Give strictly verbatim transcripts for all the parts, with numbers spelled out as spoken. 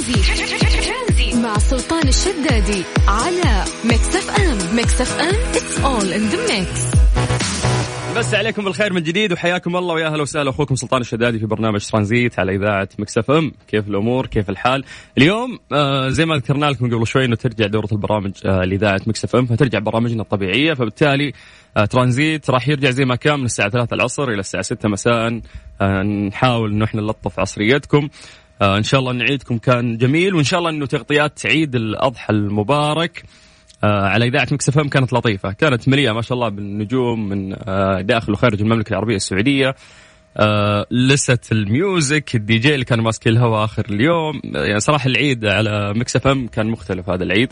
ترانزي مع سلطان الشدادي على ميكس اف ام. ميكس اف ام it's all in the mix. بس عليكم بالخير من جديد وحياكم الله ويا اهلا وسهلا. اخوكم سلطان الشدادي في برنامج ترانزيت على اذاعه ميكس اف ام. كيف الامور؟ كيف الحال اليوم؟ آه زي ما ذكرنا لكم قبل شوي انه ترجع دوره البرامج آه لاذاعه ميكس اف ام، فترجع برامجنا الطبيعيه، فبالتالي آه ترانزيت راح يرجع زي ما كان من الساعه ثلاثة العصر الى الساعه ستة مساء. آه نحاول انه احنا نلطف عصريتكم. آه ان شاء الله ان عيدكم كان جميل، وان شاء الله انه تغطيات عيد الاضحى المبارك آه على إذاعة ميكس اف ام كانت لطيفة، كانت مليئة ما شاء الله بالنجوم من آه داخل وخارج المملكة العربية السعودية. آه لست الميوزك الدي جي اللي كان ماسك الهواء آخر اليوم. يعني صراحة العيد على ميكس اف ام كان مختلف هذا العيد.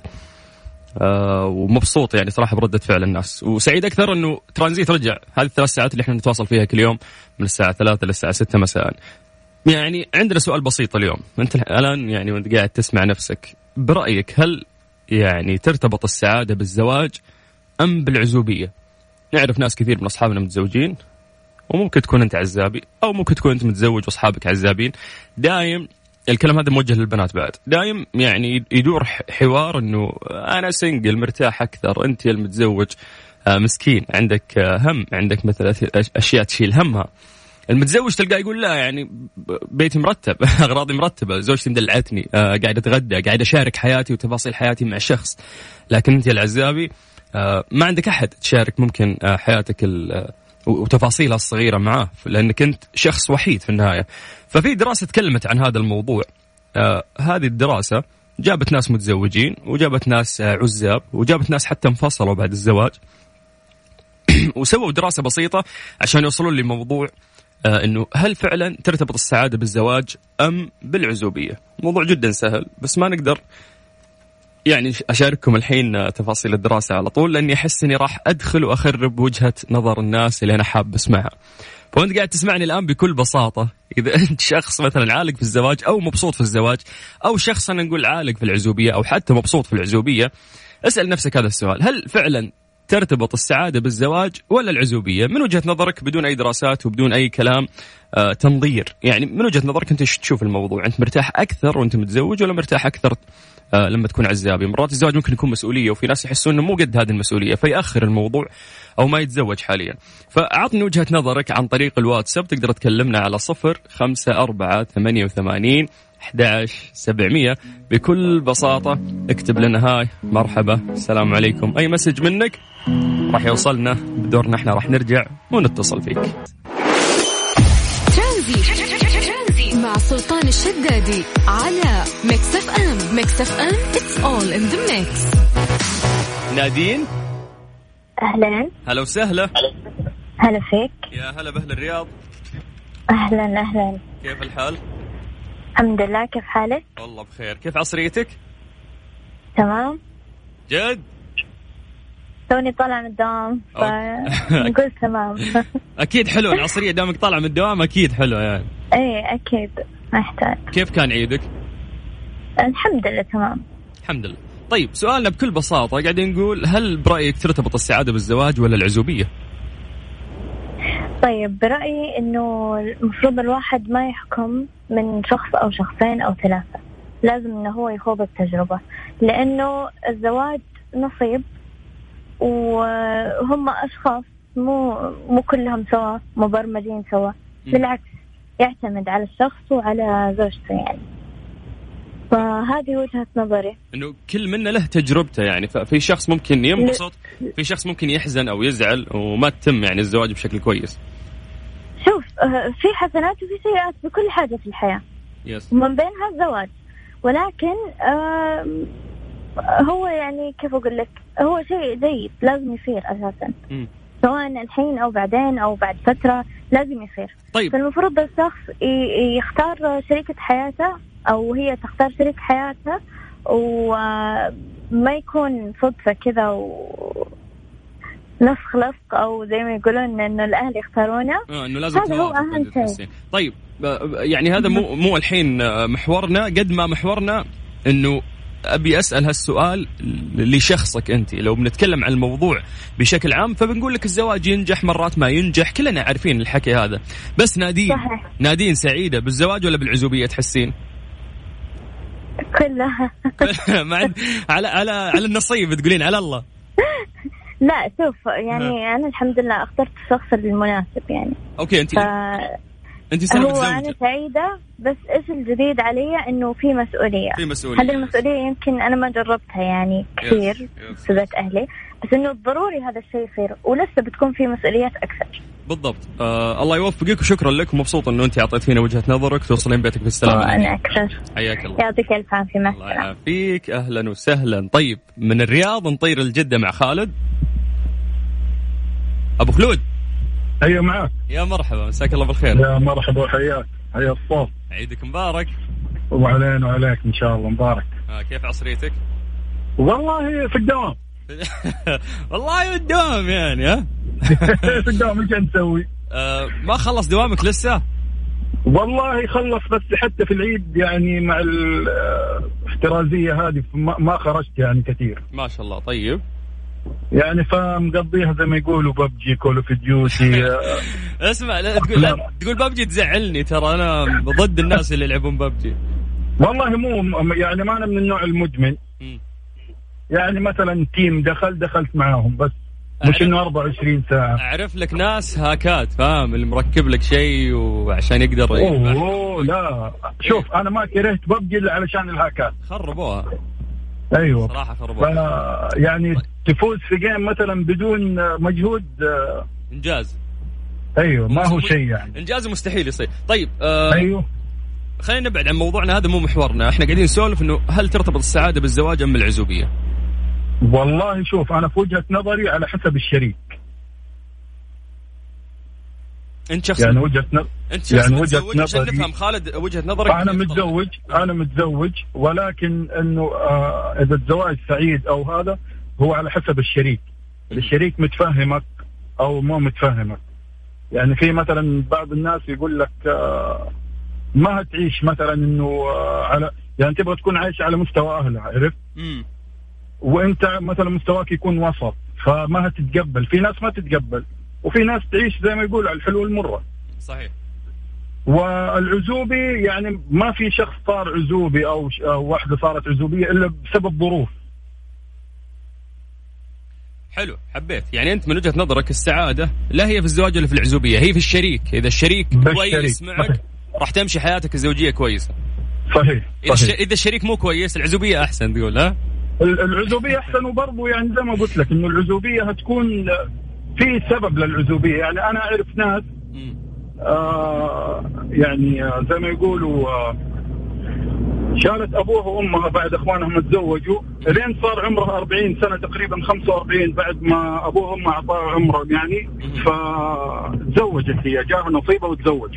آه ومبسوط يعني صراحة بردة فعل الناس، وسعيد أكثر أنه ترانزيت رجع هذه الثلاث ساعات اللي احنا نتواصل فيها كل يوم من الساعة ثلاثة للساعة ستة مساء. يعني عندنا سؤال بسيط اليوم، أنت الآن يعني وأنت قاعد تسمع نفسك، برأيك هل يعني ترتبط السعادة بالزواج أم بالعزوبية؟ نعرف ناس كثير من أصحابنا متزوجين، وممكن تكون أنت عزابي، أو ممكن تكون أنت متزوج وأصحابك عزابين. دايم الكلام هذا موجه للبنات بعد، دايم يعني يدور حوار أنه أنا سنجل مرتاح أكثر، أنت المتزوج مسكين عندك هم، عندك مثلا أشياء تشيل همها. المتزوج تلقاه يقول لا يعني بيتي مرتب، أغراضي مرتبة، زوجتي مدلعتني، آه قاعد أتغدى، قاعد أشارك حياتي وتفاصيل حياتي مع شخص. لكن أنت العزابي آه ما عندك أحد تشارك ممكن آه حياتك وتفاصيلها الصغيرة معاه، لأنك أنت شخص وحيد في النهاية. ففي دراسة تكلمت عن هذا الموضوع. آه هذه الدراسة جابت ناس متزوجين، وجابت ناس آه عزاب، وجابت ناس حتى انفصلوا بعد الزواج وسووا دراسة بسيطة عشان يوصلون لموضوع آه إنه هل فعلا ترتبط السعادة بالزواج أم بالعزوبية. موضوع جدا سهل، بس ما نقدر يعني أشارككم الحين تفاصيل الدراسة على طول، لأني أحس إني راح أدخل وأخرب وجهة نظر الناس اللي أنا حاب أسمعها. فأنت قاعد تسمعني الآن بكل بساطة، إذا أنت شخص مثلا عالق في الزواج أو مبسوط في الزواج، أو شخص أنا نقول عالق في العزوبية أو حتى مبسوط في العزوبية، اسأل نفسك هذا السؤال: هل فعلا ترتبط السعادة بالزواج ولا العزوبية؟ من وجهة نظرك، بدون أي دراسات وبدون أي كلام آه تنظير، يعني من وجهة نظرك أنت ايش تشوف الموضوع؟ أنت مرتاح أكثر وأنت متزوج ولا مرتاح أكثر آه لما تكون عزابي؟ مرات الزواج ممكن يكون مسؤولية، وفي ناس يحسون أنه مو قد هذه المسؤولية فيأخر الموضوع أو ما يتزوج حاليا. فأعطني وجهة نظرك عن طريق الواتساب، تقدر تكلمنا على صفر خمسة أربعة ثمانية وثمانين أحد عشر سبعمية. بكل بساطة اكتب لنا هاي، مرحبا، السلام عليكم، أي مسج منك راح يوصلنا، بدورنا احنا راح نرجع ونتصل فيك. ترانزي مع سلطان الشدادي على ميكس اف ام. ميكس اف ام it's all in the mix. نادين، أهلا. هلا وسهلا. هلا فيك. يا هلا بأهل الرياض. أهلا أهلا. كيف الحال؟ الحمد لله، كيف حالك؟ والله بخير. كيف عصريتك؟ تمام جد؟ توني طالع من الدوام فنقول تمام. أكيد حلو العصرية، دامك طالع من الدوام أكيد حلو يعني. إيه أكيد ما يحتاج. كيف كان عيدك؟ الحمد لله تمام. الحمد لله. طيب سؤالنا بكل بساطة قاعدين نقول: هل برأيك ترتبط السعادة بالزواج ولا العزوبية؟ طيب برأيي إنه المفروض الواحد ما يحكم من شخص أو شخصين أو ثلاثة، لازم إنه هو يخوض التجربة، لأنه الزواج نصيب، وهم أشخاص مو مو كلهم سوا مبرمجين سوا، بالعكس يعتمد على الشخص وعلى زوجته يعني. فهذه وجهة نظري، إنه كل منا له تجربته يعني. ففي شخص ممكن ينبسط، في شخص ممكن يحزن أو يزعل وما تتم يعني الزواج بشكل كويس. شوف، في حسنات وفي سيئات بكل حاجة في الحياة، يس. ومن بينها الزواج. ولكن هو يعني كيف أقول لك، هو شيء جيد لازم يصير أساسا، م. سواء الحين أو بعدين أو بعد فترة لازم يصير. طيب. فالمفروض الشخص يختار شريكة حياته أو هي تختار شريك حياتها، وما يكون صدفة كذا و نسخ لصق أو زي ما يقولون إنه الأهل يختارونه. آه إنه لازم. هذا هو أهم شيء. طيب يعني هذا مو مو الحين محورنا، قد ما محورنا إنه أبي أسأل هالسؤال لشخصك أنت. لو بنتكلم عن الموضوع بشكل عام فبنقول لك الزواج ينجح، مرات ما ينجح، كلنا عارفين الحكي هذا. بس نادين، صحيح. نادين سعيدة بالزواج ولا بالعزوبية تحسين؟ كلها. مع على على على النصيب تقولين على الله. لا شوف يعني أنا الحمد لله اخترت الشخص المناسب يعني. أوكي أنت ف... أنت سنة هو أنا سعيدة بس إيش الجديد علي إنه في مسؤولية. في مسؤولية. هذه المسؤولية يمكن أنا ما جربتها يعني كثير في بيت أهلي بس إنه ضروري هذا الشيء يصير ولسه بتكون في مسؤوليات أكثر. بالضبط. آه الله يوفقك وشكرا لك ومبسوط إنه أنت أعطيتينا وجهة نظرك توصلين بيتك بالسلامة. أنا أكثر. حياك الله. يعطيك ألف عافية. مع السلامة. الله يعافيك. أهلا وسهلا. طيب من الرياض نطير الجدة مع خالد. أبو خلود. أيوة معك. يا مرحبا مساك الله بالخير. يا مرحبا وحياك. حيا الصوت. عيدك مبارك. وعلينا وعليك إن شاء الله مبارك. آه كيف عصريتك؟ والله في الدوام. والله في الدوام يعني ها. في الدوام إيش نسوي؟ آه ما خلص دوامك لسه؟ والله خلص بس حتى في العيد يعني مع الاحترازية هذه ما خرجت يعني كثير. ما شاء الله. طيب. يعني فمقضيها زي ما يقولوا ببجي كول اوف ديوتي. اسمع لا تقول لا تقول ببجي تزعلني ترى انا ضد الناس اللي يلعبون ببجي. والله مو يعني ما انا من النوع المدمن. م. يعني مثلا تيم دخل دخلت معاهم بس مش انه أربعة وعشرين ساعة. اعرف لك ناس هاكات فاهم اللي مركب لك شيء وعشان يقدر. اوه لا شوف انا ما كرهت ببجي الا علشان الهاكات خربوها. ايوه صراحة خربوها. يعني تفوز في جيم مثلا بدون مجهود انجاز. ايوه ما هو شيء يعني انجاز مستحيل يصير. طيب آه ايوه خلينا نبعد عن موضوعنا هذا مو محورنا. احنا قاعدين نسولف انه هل ترتبط السعادة بالزواج ام العزوبية؟ والله شوف انا في وجهة نظري على حسب الشريك. انت شخص يعني وجهة نظر انت شخص يعني وجهة نظري عشان نفهم خالد وجهة نظرك. انا متزوج انا متزوج ولكن انه آه اذا الزواج سعيد او هذا هو على حسب الشريك. الشريك متفهمك او مو متفهمك. يعني في مثلا بعض الناس يقول لك آه ما هتعيش مثلا انه آه على يعني تبغى تكون عايش على مستوى اهلها عرفت. امم وانت مثلا مستواك يكون وسط فما هتتقبل. في ناس ما تتقبل وفي ناس تعيش زي ما يقول على الحلو والمرة. صحيح. والعزوبي يعني ما في شخص صار عزوبي أو, أو واحدة صارت عزوبية إلا بسبب ظروف. حلو حبيت. يعني أنت من وجهة نظرك السعادة لا هي في الزواج ولا في العزوبية هي في الشريك. إذا الشريك كويس معك راح تمشي حياتك الزوجية كويسة. صحيح. إذا, صحيح. إذا الشريك مو كويس العزوبية أحسن تقول ها؟ العزوبية أحسن وبرضو يعني زي ما قلت لك إنه العزوبية هتكون في سبب للعزوبية. يعني أنا أعرف ناس آه يعني آه زي ما يقولوا آه شالت أبوها وأمها بعد أخوانهم تزوجوا لين صار عمرها أربعين سنة تقريبا خمسة وأربعين بعد ما أبوها وأمها أعطاها عمره يعني فتزوجت هي جاها نصيبة وتزوجت.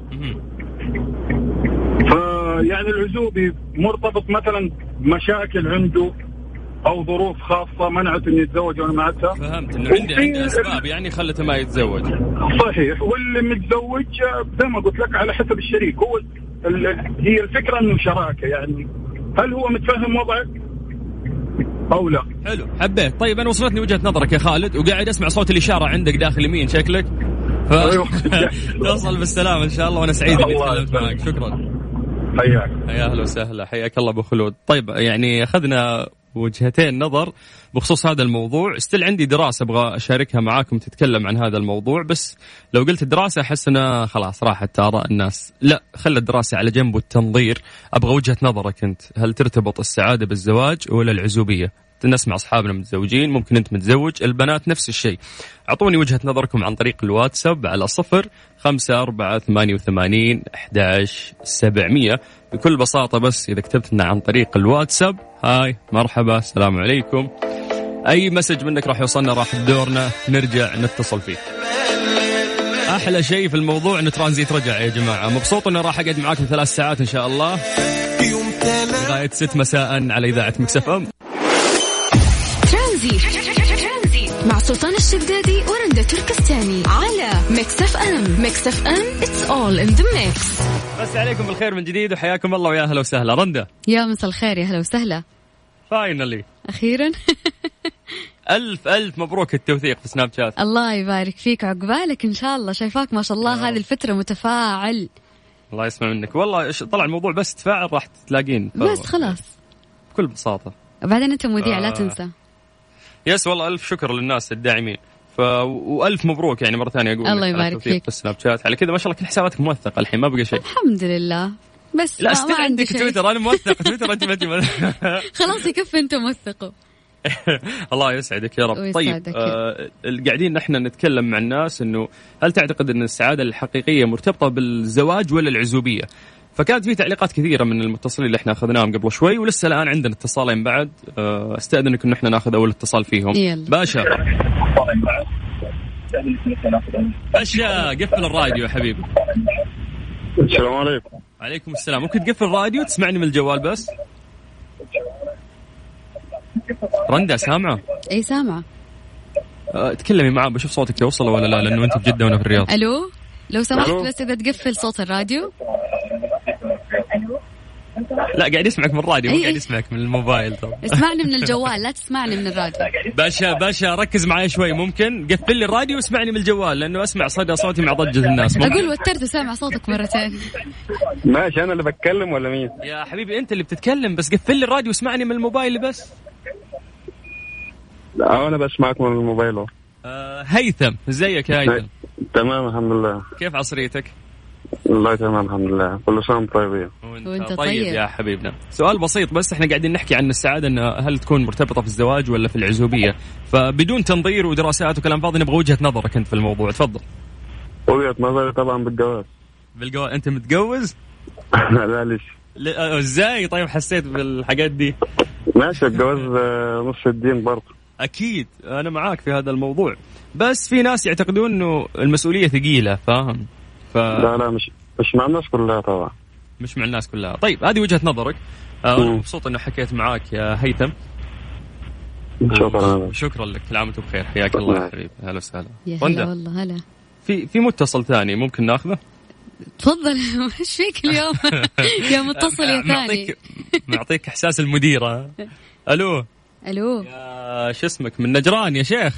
فيعني العزوبي مرتبط مثلا مشاكل عنده أو ظروف خاصة منعت إنه يتزوج وأنا معتها. فهمت إنه عنده عنده أسباب يعني خلته ما يتزوج. صحيح. واللي متزوج زي ما قلت لك على حسب الشريك. هو هي الفكرة إنه شراكة يعني هل هو متفهم وضعك أو لا. حلو حبيت. طيب أنا وصلتني وجهة نظرك يا خالد وقاعد أسمع صوت الإشارة عندك داخل يمين شكلك ف... توصل بالسلامة إن شاء الله. وأنا سعيد إني تكلمت معك. شكرا. حياك. يا أهلا وسهلا. حياك الله أبو خلود. طيب يعني أخذنا وجهتين نظر بخصوص هذا الموضوع. استل عندي دراسة أبغى أشاركها معاكم تتكلم عن هذا الموضوع بس لو قلت الدراسة أحس أنها خلاص راحت آراء الناس. لا خلي الدراسة على جنب والتنظير. أبغى وجهة نظرك أنت. هل ترتبط السعادة بالزواج ولا العزوبية؟ نسمع أصحابنا متزوجين ممكن أنت متزوج البنات نفس الشيء. أعطوني وجهة نظركم عن طريق الواتساب على صفر خمسة أربعة ثمانية وثمانين أحد عشر سبعمية. بكل بساطة بس إذا كتبت لنا عن طريق الواتساب هاي مرحبا السلام عليكم أي مسج منك راح يوصلنا راح بدورنا نرجع نتصل فيه. أحلى شيء في الموضوع إن ترانزيت رجع يا جماعة. مبسوط إنه راح أقعد معاكم ثلاث ساعات إن شاء الله لغاية ست مساء على إذاعة مكس اف ام. ترانزيت مع سلطان الشدادي ورندا تركستاني على مكس اف ام. مكس اف ام it's all in the mix. بس عليكم بالخير من جديد وحياكم الله ويا أهلا وسهلا. رندا يا مساء الخير يا أهلا وسهلا. فاينلي أخيرا. ألف ألف مبروك التوثيق في سناب شات. الله يبارك فيك عقبالك إن شاء الله. شايفاك ما شاء الله هذه الفترة متفاعل. الله يسمع منك والله. طلع الموضوع بس تفاعل راح تلاقين بس خلاص بكل بساطة. وبعدين أنت مذيع آه. لا تنسى. يس والله ألف شكر للناس الداعمين، ف وألف مبروك يعني مرة ثانية أقول الله يبارك فيك في السناب شات. على كده ما شاء الله كل حساباتك موثقة الحين ما بقى شيء. الحمد لله. بس لا استنى عندك تويتر أنا موثق تويتر أنت ما خلاص يكفي أنت موثقه. الله يسعدك يا رب. طيب آه قاعدين نحن نتكلم مع الناس إنه هل تعتقد أن السعادة الحقيقية مرتبطة بالزواج ولا العزوبية؟ فكانت في تعليقات كثيرة من المتصلين اللي احنا أخذناهم قبل شوي، ولسه الآن عندنا اتصالين بعد. آه استأذنك إنه احنا ناخذ أول اتصال فيهم. يلا. باشا باشا قفل الراديو يا حبيبي. السلام عليكم. عليكم السلام. ممكن تقفل الراديو تسمعني من الجوال بس؟ رندا سامعة؟ اي سامعة. أه تكلمي معاه بشوف صوتك يوصل ولا لا، لأنه أنت بجدة وأنا في الرياض. ألو لو سمحت بس إذا تقفل صوت الراديو. لا قاعد يسمعك من الراديو مو قاعد يسمعك من الموبايل. طبعا اسمعني من الجوال لا تسمعني من الراديو. باشا باشا ركز معي شوي، ممكن قفل لي الراديو واسمعني من الجوال لأنه أسمع صدى صوتي مع ضجة الناس. أقول وترت وسامع صوتك مرتين. ماشي أنا اللي بتكلم ولا مين؟ يا حبيبي أنت اللي بتتكلم، بس قفل لي الراديو واسمعني من الموبايل بس. لا أنا بسمعك من الموبايل. آه هيثم ازيك يا هيثم؟ تمام الحمد لله. كيف عصريتك؟ والله تمام الحمد لله، كل سنة وانت طيب. وانت طيب. طيب يا حبيبنا. سؤال بسيط بس، احنا قاعدين نحكي عن السعادة ان هل تكون مرتبطة في الزواج ولا في العزوبية، فبدون تنظير ودراسات وكلام فاضي نبغى وجهة نظرك انت في الموضوع. تفضل. وجهة نظري طبعا بالجواز. بالجواز. انت متجوز؟ لا ليش. ازاي طيب حسيت بالحاجات دي؟ ماشي الجواز نص الدين برضه. اكيد انا معاك في هذا الموضوع، بس في ناس يعتقدون انه المسؤولية ثقيلة، فاهم؟ ف... لا لا مش مش مع الناس كلها طبعا. مش مع الناس كلها. طيب هذه وجهة نظرك. أنا مبسوط أنه حكيت معاك يا هيثم. شكرا. شكرا لك. كل عام وانتم بخير. حياك الله يا حبيبي. هلا وسهلا. يا هلا والله هلا. في في متصل ثاني ممكن ناخذه؟ تفضل. ايش فيك اليوم يا متصل يا ثاني؟ معطيك معطيك احساس المديرة. الو الو يا شو اسمك؟ من نجران يا شيخ.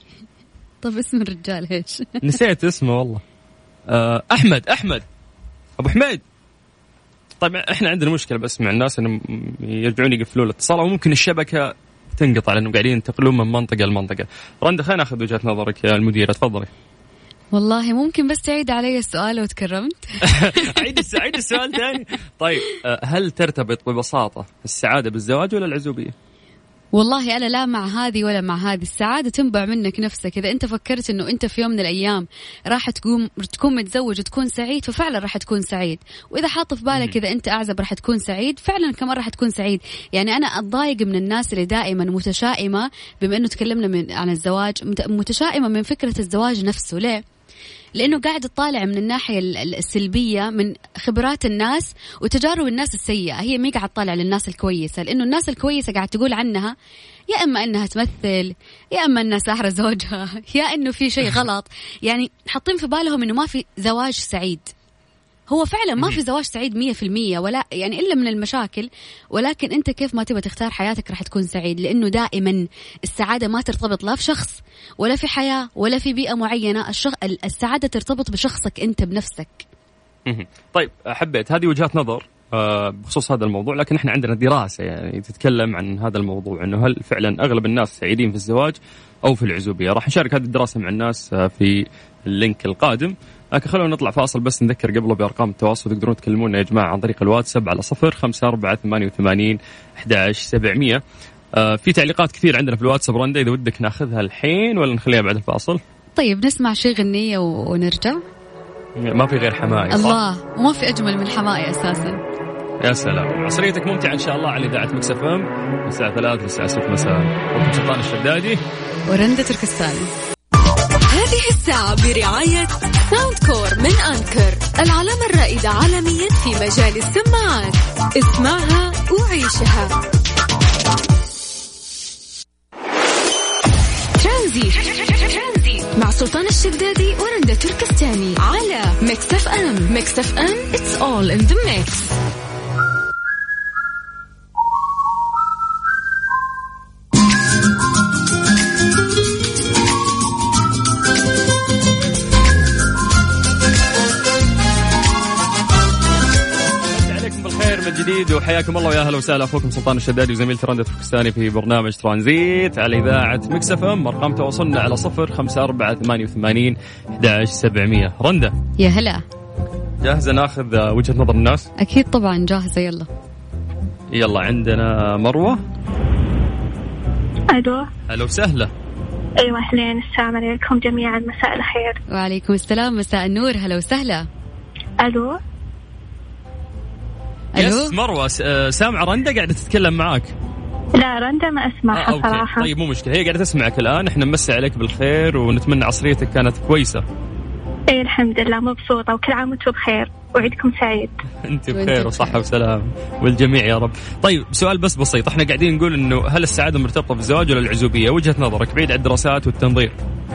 طب اسم الرجال ايش؟ نسيت اسمه والله. أه احمد احمد ابو حميد. طيب احنا عندنا مشكله بس مع الناس انهم يرجعون يقفلوا الاتصال وممكن الشبكه تنقطع لانه قاعدين ينتقلون من منطقه لمنطقه. رندا خلينا ناخذ وجهه نظرك يا المديره. تفضلي. والله ممكن بس تعيد علي السؤال لو تكرمت. عيد عيد السؤال ثاني. طيب هل ترتبط ببساطه السعاده بالزواج ولا العزوبيه؟ والله أنا لا مع هذه ولا مع هذه. السعادة تنبع منك نفسك. إذا أنت فكرت أنه أنت في يوم من الأيام راح تقوم تكون متزوج وتكون سعيد ففعلا راح تكون سعيد، وإذا حاط في بالك إذا أنت أعزب راح تكون سعيد فعلا كمان راح تكون سعيد. يعني أنا أتضايق من الناس اللي دائما متشائمة، بما أنه تكلمنا من عن الزواج، متشائمة من فكرة الزواج نفسه. ليه؟ لأنه قاعد تطالع من الناحية السلبية من خبرات الناس وتجارب الناس السيئة، هي مي قاعد تطالع للناس الكويسة، لأنه الناس الكويسة قاعد تقول عنها يا إما أنها تمثل، يا إما أنها ساحرة زوجها، يا إنه في شيء غلط. يعني حاطين في بالهم إنه ما في زواج سعيد. هو فعلا ما في زواج سعيد مية في المية ولا يعني إلا من المشاكل، ولكن أنت كيف ما تبغى تختار حياتك راح تكون سعيد، لأنه دائما السعادة ما ترتبط لا في شخص ولا في حياة ولا في بيئة معينة. الشخ... السعادة ترتبط بشخصك أنت بنفسك. طيب حبيت هذه وجهات نظر بخصوص هذا الموضوع، لكن احنا عندنا دراسة يعني تتكلم عن هذا الموضوع، انه هل فعلا اغلب الناس سعيدين في الزواج او في العزوبية. راح نشارك هذه الدراسة مع الناس في اللينك القادم، لكن خلونا نطلع فاصل بس نذكر قبله بأرقام التواصل. تقدرون تكلمونا يا جماعة عن طريق الواتساب على صفر خمسة أربعة ثمانية وثمانين أحد عشر سبعمية. آه في تعليقات كثير عندنا في الواتساب رندا، إذا ودك ناخذها الحين ولا نخليها بعد الفاصل؟ طيب نسمع شيء غنية ونرجع. ما في غير حماية. الله وما في أجمل من حماية أساسا. يا سلام. عصريتك ممتعة إن شاء الله على إذاعة مكس اف ام من الساعة ثلاثة للساعة ستة مساء. وكم سلطان الشدادي ورندة تركستاني. هذه الساعة برعاية ساوند كور من أنكر، العلامة الرائدة عالميا في مجال السماعات. اسمعها وعيشها. ترانزيت مع سلطان الشدادي ورندة تركستاني على ميكس اف ام. ميكس اف ام it's all in the mix. جديد وحياكم الله ويا اهلا وسهلا. اخوكم سلطان الشدادي وزميلتي رندة الفكستاني في برنامج ترانزيت على اذاعه مكس اف ام. ارقام تواصلنا على صفر خمسة أربعة ثمانية وثمانين أحد عشر سبعمية. رندة يا هلا، جاهزه ناخذ وجهه نظر الناس؟ اكيد طبعا جاهزه. يلا يلا عندنا مروه. الو هلا وسهلا. ايوه اهلين، السلام عليكم جميعا، مساء الخير. وعليكم السلام، مساء النور، هلا وسهلا. الو يس مروه، سامعه رندا قاعده تتكلم معاك؟ لا رندا ما اسمعها آه، صراحه. طيب مو مشكله، هي قاعده تسمعك الان. احنا نمسي عليك بالخير ونتمنى عصريتك كانت كويسه. ايه الحمد لله مبسوطه، وكل عام وانتم بخير وعيدكم سعيد. انت بخير وصحه وسلام والجميع يا رب. طيب سؤال بس بسيط، احنا قاعدين نقول انه هل السعاده مرتبطه بالزواج ولا العزوبيه؟ وجهه نظرك بعيد عن الدراسات والتنظير.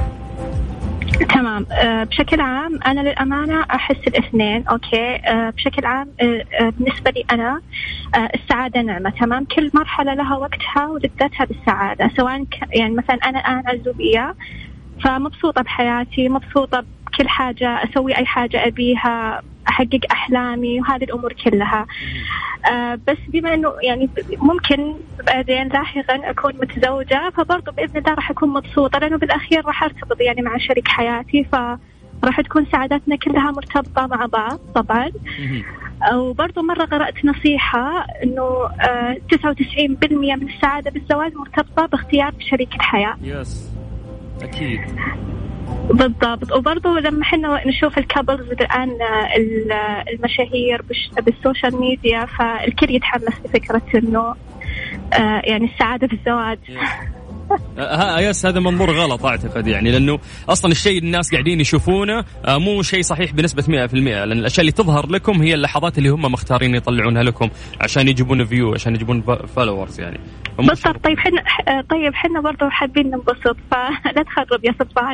تمام. أه بشكل عام أنا للأمانة أحس الاثنين. أوكي. أه بشكل عام أه بالنسبة لي أنا أه السعادة نعمة. تمام. كل مرحلة لها وقتها ولذتها بالسعادة، سواء يعني مثلا أنا الآن عزوبية فمبسوطة بحياتي، مبسوطة بكل حاجة، أسوي أي حاجة أبيها، أحقق أحلامي وهذه الأمور كلها. آه بس بما أنه يعني ممكن بعدين لاحقا أكون متزوجة، فبرضو بإذن الله راح أكون مبسوطة، لأنه بالأخير راح أرتبط يعني مع شريك حياتي، فراح تكون سعادتنا كلها مرتبطة مع بعض طبعا. وبرضو مرة قرأت نصيحة أنه آه تسعة وتسعين بالمئة من السعادة بالزواج مرتبطة باختيار شريك الحياة. يس أكيد بالضبط. وبرضه لما حنا نشوف الكابلز الآن المشاهير بالسوشيال ميديا، فالكل يتحمس لفكرة إنه يعني السعادة في الزواج. ها يس هذا منظور غلط أعتقد، يعني لأنه أصلا الشيء الناس قاعدين يشوفونه مو شيء صحيح بنسبة مئة في المئة، لأن الأشياء اللي تظهر لكم هي اللحظات اللي هم مختارين يطلعونها لكم عشان يجيبون فيو، عشان يجيبون فولورز يعني. بالضبط. طيب حنا طيب حنا برضو حابين ننبسط، فلا تخرب يا سلطان.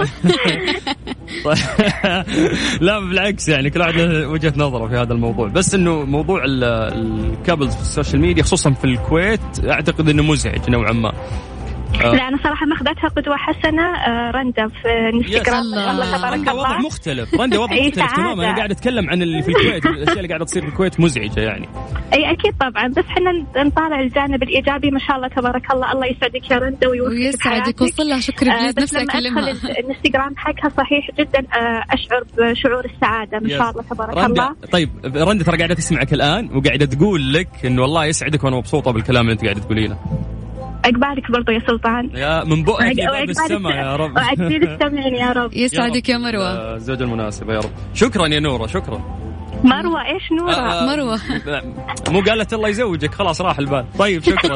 لا بالعكس، يعني كل واحد له وجهة نظره في هذا الموضوع، بس إنه موضوع الكابلز في السوشيال ميديا خصوصا في الكويت أعتقد إنه مزعج نوعا ما. آه. لا أنا صراحة ما أخذتها قدوة حسنة. آه رندا في انستغرام الله تبارك الله وضع مختلف. رندا وضع مختلف تماما. أنا قاعد أتكلم عن اللي في الكويت، الأشياء اللي قاعدة تصير في الكويت مزعجة يعني. أي أكيد طبعا، بس حنا نطالع الجانب الإيجابي. ما شاء الله تبارك الله، الله يسعدك يا رندا ويسعدك وصل لها. شكرا آه جزيلا. نفسي أكلمها. الانستغرام حقها صحيح جدا. آه أشعر بشعور السعادة ما شاء الله تبارك رندا. الله. طيب رندا ترى قاعدة تسمعك الآن وقاعدة تقول لك إنه والله يسعدك وأنا مبسوطة بالكلام اللي أنت قاعدة تقولينه. أقبالك برضو يا سلطان، يا من بؤك يا باب السماء يا رب. وأكيد السمعين يا رب. يسعدك يا مروة. الزوجة المناسبة يا رب. شكرا يا نورة. شكرا مروة. إيش نورة؟ آه مروة مو قالت الله يزوجك خلاص راح البال. طيب شكرا.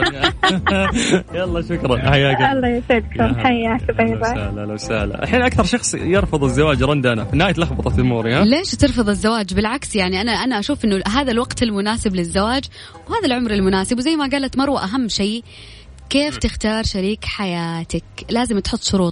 يلا شكرا. حياك الله يسعدكم. حياك. باي باي. لا لا سهلا. الحين أكثر شخص يرفض الزواج رندا أنا في النهاية لخبطت أموري. ها ليش ترفض الزواج؟ بالعكس يعني أنا أنا أشوف إنه هذا الوقت المناسب للزواج وهذا العمر المناسب. وزي ما قالت مروة أهم شيء كيف تختار شريك حياتك، لازم تحط شروط.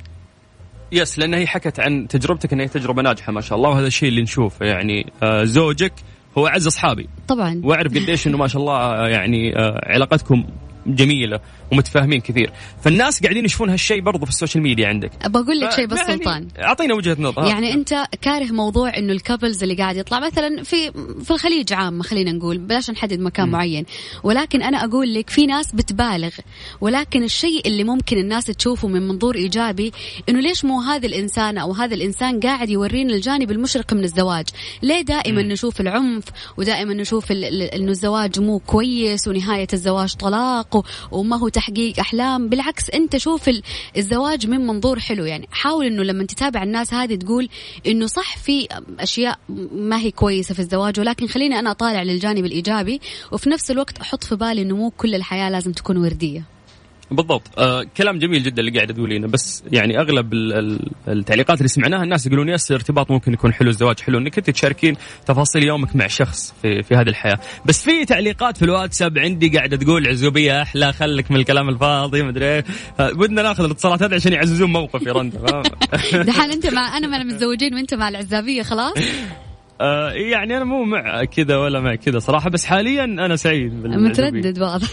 يس لأن هي حكت عن تجربتك أنها تجربة ناجحة ما شاء الله، وهذا الشيء اللي نشوفه يعني. آه زوجك هو أعز أصحابي طبعا، وأعرف قديش أنه ما شاء الله يعني آه علاقتكم جميلة ومتفاهمين كثير، فالناس قاعدين يشوفون هالشيء برضو في السوشيال ميديا عندك. بقول لك شيء بس يعني سلطان، أعطينا وجهة نظر. يعني أنت كاره موضوع إنه الكابلز اللي قاعد يطلع مثلا في في الخليج عامة، خلينا نقول بلاش نحدد مكان م. معين، ولكن أنا أقول لك في ناس بتبالغ. ولكن الشيء اللي ممكن الناس تشوفه من منظور إيجابي إنه ليش مو هذا الإنسان أو هذا الإنسان قاعد يورينا الجانب المشرق من الزواج؟ ليه دائما م. نشوف العنف ودائما نشوف إنه الزواج مو كويس ونهاية الزواج طلاق وما هو تحقيق أحلام؟ بالعكس أنت شوف الزواج من منظور حلو. يعني حاول إنه لما تتابع الناس هذه تقول إنه صح في أشياء ما هي كويسة في الزواج، ولكن خليني أنا أطالع للجانب الإيجابي، وفي نفس الوقت أحط في بالي إنه مو كل الحياة لازم تكون وردية. بالضبط. آه كلام جميل جدا اللي قاعد تقولينه، بس يعني اغلب التعليقات اللي سمعناها الناس يقولون يس الارتباط ممكن يكون حلو، الزواج حلو انك انت تشاركين تفاصيل يومك مع شخص في في هذه الحياه. بس في تعليقات في الواتساب عندي قاعده تقول عزوبيه احلى، خلك من الكلام الفاضي ما ادري ايه. بدنا ناخذ الاتصالات هذه عشان يعززون موقف يا رندا. دحين انت مع انا مع المتزوجين وانت مع العزابيه خلاص. آه يعني أنا مو مع كذا ولا مع كذا صراحة، بس حاليا أنا سعيد متردد واضح.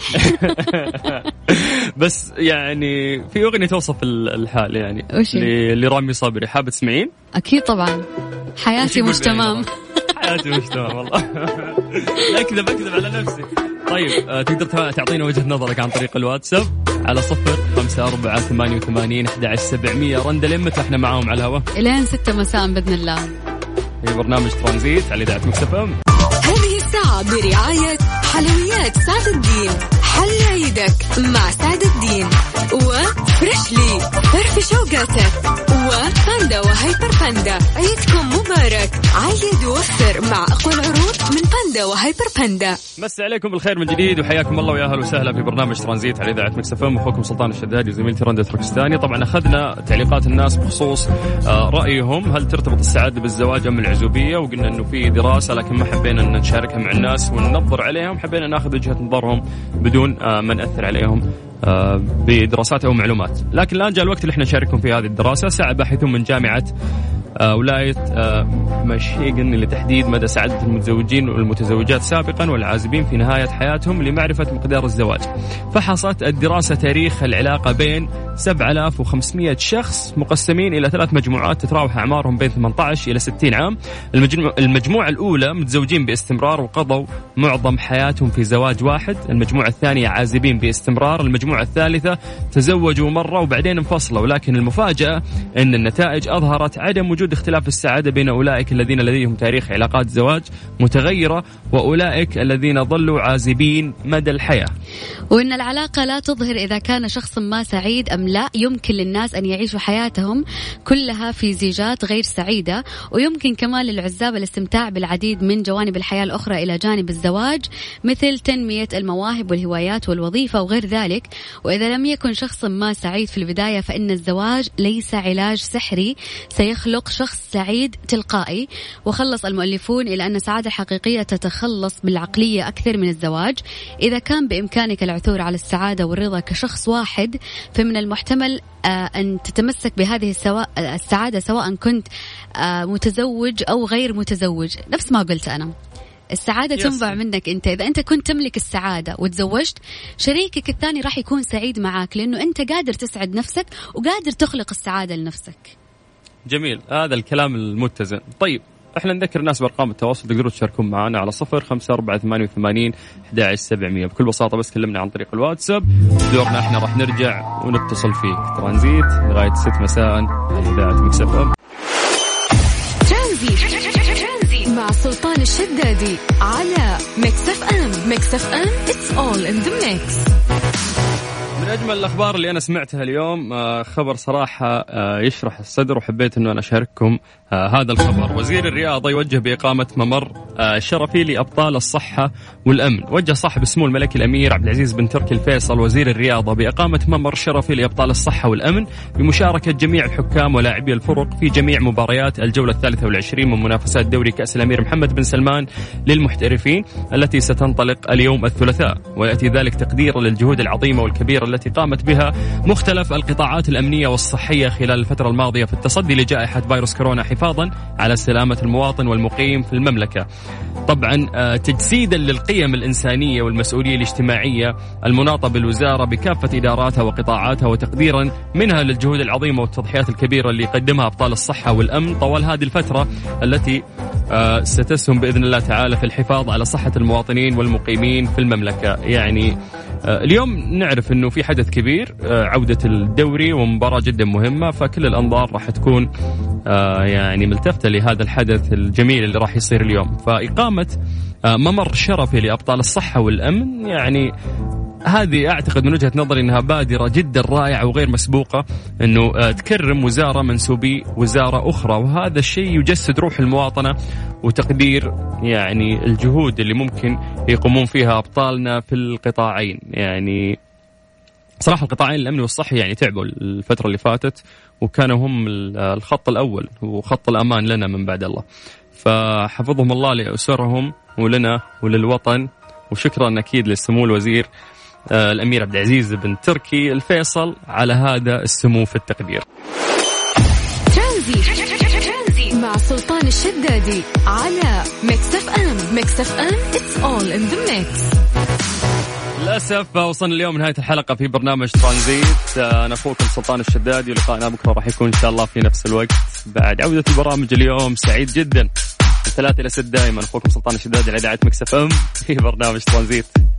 بس يعني في أغنية توصف الحال يعني لرامي صبري، حابة تسمعين؟ أكيد طبعا. حياتي مش تمام. حياتي مش تمام والله. اكذب اكذب على نفسي. طيب آه تقدر تعطينا وجهة نظرك عن طريق الواتساب على صفر خمسة أربعة ثمانية وثمانين أحد عشر سبعمية. رندا لمتى احنا معاهم على الهواء؟ الين ستة مساء بإذن الله في برنامج ترانزيت على إذاعة مكس اف ام. هذه الساعة برعاية حلويات سعد الدين، حل عيدك مع سعد الدين، وفريشلي فرف شوقاتك، وباندا وهيبر باندا. عيدكم مبارك، عيد ووفر مع أقوى العروض من باندا وهيبر باندا. مسا عليكم بالخير من جديد وحياكم الله ويا اهلا وسهلا في برنامج ترانزيت على إذاعة مكس اف ام. اخوكم سلطان الشدادي وزميلتي رندا تركستاني. طبعا اخذنا تعليقات الناس بخصوص رأيهم هل ترتبط السعادة بالزواج ام العزوبية، وقلنا انه في دراسة لكن ما حبينا ان نشاركها مع الناس وننظر عليهم، حبينا ناخذ وجهة نظرهم بدون ما نأثر عليهم بدراسات أو معلومات. لكن الآن جاء الوقت اللي احنا نشارككم في هذه الدراسة. سعى باحثون من جامعة ولاية ميشيغان لتحديد مدى سعادة المتزوجين والمتزوجات سابقا والعازبين في نهاية حياتهم لمعرفة مقدار الزواج. فحصت الدراسة تاريخ العلاقة بين سبعة آلاف وخمسمائة شخص مقسمين إلى ثلاث مجموعات تتراوح أعمارهم بين ثمانية عشر إلى ستين عام. المجموعة الأولى متزوجين باستمرار وقضوا معظم حياتهم في زواج واحد. المجموعة الثانية عازبين باستمرار. المجموعة الثالثة تزوجوا مرة وبعدين انفصلوا. ولكن المفاجأة أن النتائج أظهرت عدم وجود اختلاف السعادة بين أولئك الذين لديهم تاريخ علاقات زواج متغيرة وأولئك الذين ظلوا عازبين مدى الحياة. وإن العلاقة لا تظهر إذا كان شخص ما سعيد أم لا. يمكن للناس أن يعيشوا حياتهم كلها في زيجات غير سعيدة، ويمكن كمان للعزاب الاستمتاع بالعديد من جوانب الحياة الأخرى إلى جانب الزواج، مثل تنمية المواهب والهوايات والوظيفة وغير ذلك. وإذا لم يكن شخص ما سعيد في البداية فإن الزواج ليس علاج سحري سيخلق شخص سعيد تلقائي. وخلص المؤلفون إلى أن السعادة الحقيقية تتخلص بالعقلية أكثر من الزواج. إذا كان بإمكانك العثور على السعادة والرضا كشخص واحد فمن المحتمل أن تتمسك بهذه السعادة سواء كنت متزوج أو غير متزوج. نفس ما قلت أنا، السعادة تنبع منك أنت. إذا أنت كنت تملك السعادة وتزوجت، شريكك الثاني راح يكون سعيد معك لأنه أنت قادر تسعد نفسك وقادر تخلق السعادة لنفسك. جميل، هذا الكلام المتزن. طيب احنا نذكر الناس بارقام التواصل تقدروا تشاركون معنا على صفر خمسة أربعة ثمانية وثمانين أحد عشر سبعمية. بكل بساطة بس كلمنا عن طريق الواتساب، دورنا احنا راح نرجع ونتصل فيك. ترانزيت لغاية ست مساء على إذاعة مكس اف ام. ترانزيت مع سلطان الشدادي على مكس اف ام. مكس اف ام it's all in the mix. من أجمل الأخبار اللي أنا سمعتها اليوم خبر صراحة يشرح الصدر، وحبيت أنه أنا أشارككم هذا الخبر. وزير الرياضة يوجه بإقامة ممر شرفي لأبطال الصحة والأمن. وجه صاحب السمو الملكي الأمير عبد العزيز بن تركي الفيصل وزير الرياضة بإقامة ممر شرفي لأبطال الصحة والأمن بمشاركة جميع الحكام ولاعبي الفرق في جميع مباريات الجولة الثالثة والعشرين من منافسات دوري كأس الأمير محمد بن سلمان للمحترفين التي ستنطلق اليوم الثلاثاء. ويأتي ذلك تقديرا للجهود العظيمة والكبيرة التي قامت بها مختلف القطاعات الأمنية والصحية خلال الفترة الماضية في التصدي لجائحة فيروس كورونا حفاظا على سلامة المواطن والمقيم في المملكة. طبعا تجسيدا للقيم الإنسانية والمسؤولية الاجتماعية المناطة بالوزارة بكافة إداراتها وقطاعاتها، وتقديرا منها للجهود العظيمة والتضحيات الكبيرة اللي قدمها أبطال الصحة والأمن طوال هذه الفترة التي ستسهم بإذن الله تعالى في الحفاظ على صحة المواطنين والمقيمين في المملكة. يعني اليوم نعرف أنه في حدث كبير، عودة الدوري ومباراة جدا مهمة، فكل الأنظار راح تكون يعني ملتفتة لهذا الحدث الجميل اللي راح يصير اليوم. فإقامة ممر شرفي لأبطال الصحة والأمن يعني هذه أعتقد من وجهة نظري أنها بادرة جدا رائعة وغير مسبوقة، أنه تكرم وزارة منسوبي وزارة أخرى، وهذا الشيء يجسد روح المواطنة وتقدير يعني الجهود اللي ممكن يقومون فيها أبطالنا في القطاعين. يعني صراحة القطاعين الأمني والصحي يعني تعبوا الفترة اللي فاتت، وكانوا هم الخط الأول وخط الأمان لنا من بعد الله، فحفظهم الله لأسرهم ولنا وللوطن. وشكرا أكيد للسمو الوزير الأمير عبد العزيز بن تركي الفيصل على هذا السمو في التقدير. ترانزيت مع سلطان الشدادي على ميكس اف ام. ميكس اف ام it's all in the mix. للأسف وصلنا اليوم نهاية الحلقة في برنامج ترانزيت. أنا أخوكم سلطان الشدادي، ولقائنا بكرة راح يكون إن شاء الله في نفس الوقت بعد عودة البرامج اليوم. سعيد جدا ثلاثة إلى ست دائما أخوكم سلطان الشدادي على إذاعة مكس إف إم في برنامج ترانزيت.